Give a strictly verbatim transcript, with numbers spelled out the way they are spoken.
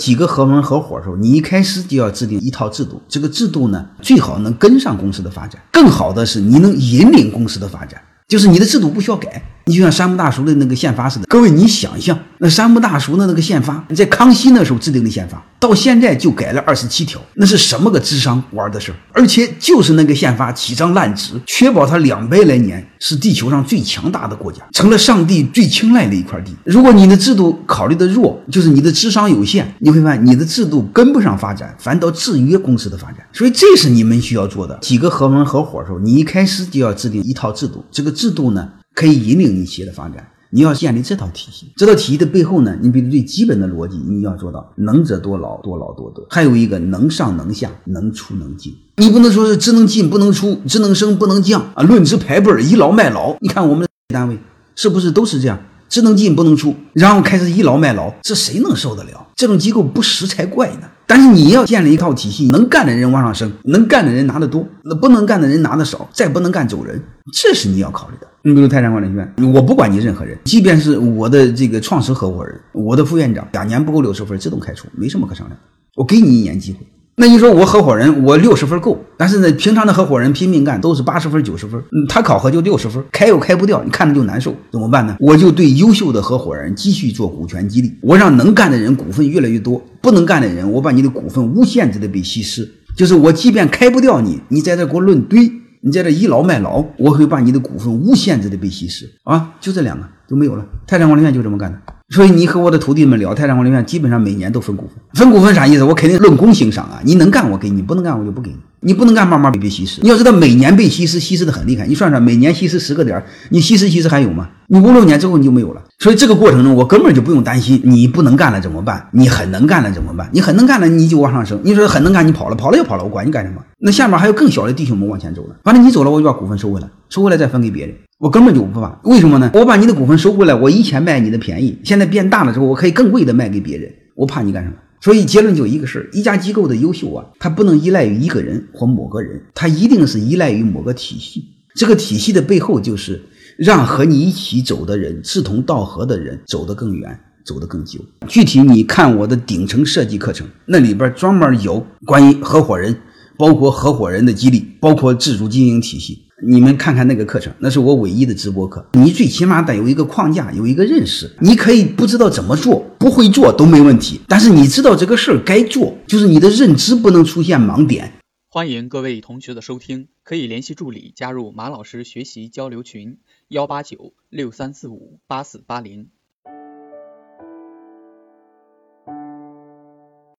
几个合伙人合伙的时候，你一开始就要制定一套制度，这个制度呢最好能跟上公司的发展，更好的是你能引领公司的发展，就是你的制度不需要改。你就像山木大叔的那个宪法似的，各位你想象那山木大叔的那个宪法，在康熙那时候制定的宪法，到现在就改了二十七条，那是什么个智商玩的事儿？而且就是那个宪法起张烂纸，确保它两百来年是地球上最强大的国家，成了上帝最青睐的一块地。如果你的制度考虑的弱，就是你的智商有限，你会发现你的制度跟不上发展，反倒制约公司的发展。所以这是你们需要做的。几个合伙人合伙的时候，你一开始就要制定一套制度，这个制度呢可以引领你企业的发展，你要建立这套体系。这套体系的背后呢，你比如最基本的逻辑，你要做到能者多劳，多劳多得，还有一个能上能下，能出能进。你不能说是只能进不能出，只能升不能降啊，论资排辈，倚老卖老。你看我们的单位是不是都是这样，只能进不能出，然后开始倚老卖老，这谁能受得了？这种机构不实才怪呢。但是你要建立一套体系，能干的人往上升，能干的人拿得多，那不能干的人拿得少，再不能干走人，这是你要考虑的。你比如泰山管理学院，我不管你任何人，即便是我的这个创始合伙人，我的副院长，两年不够六十分自动开除，没什么可商量，我给你一年机会。那你说我合伙人我六十分够，但是呢平常的合伙人拼命干都是八十分九十分，嗯，他考核就六十分，开又开不掉，你看着就难受，怎么办呢？我就对优秀的合伙人继续做股权激励，我让能干的人股份越来越多，不能干的人我把你的股份无限制的被稀释，就是我即便开不掉你，你在这给我论堆，你在这倚老卖老，我会把你的股份无限制的被稀释啊，就这两个就没有了。泰山管理院就这么干的。所以你和我的徒弟们聊，泰山管理院基本上每年都分股份。分股份啥意思？我肯定论功行赏啊，你能干我给你，不能干我就不给你。你不能干慢慢被稀释，你要知道每年被稀释，稀释的很厉害。你算算，每年稀释十个点，你稀释稀释还有吗？你五六年之后你就没有了。所以这个过程中，我根本就不用担心你不能干了怎么办，你很能干了怎么办？你很能干了你就往上升，你说很能干你跑了，跑了就跑了，我管你干什么？那下面还有更小的弟兄们往前走了，反正你走了我就把股份收回来，收回来再分给别人，我根本就不怕。为什么呢？我把你的股份收回来，我以前卖你的便宜，现在变大了之后我可以更贵的卖给别人，我怕你干什么？所以结论就一个事，一家机构的优秀啊，它不能依赖于一个人或某个人，它一定是依赖于某个体系。这个体系的背后就是让和你一起走的人，志同道合的人走得更远，走得更久。具体你看我的顶层设计课程，那里边专门有关于合伙人，包括合伙人的激励，包括自主经营体系。你们看看那个课程，那是我唯一的直播课。你最起码得有一个框架，有一个认识。你可以不知道怎么做，不会做都没问题，但是你知道这个事儿该做，就是你的认知不能出现盲点。 欢迎各位同学的收听，可以联系助理加入马老师学习交流群幺八九六三四五八四八零。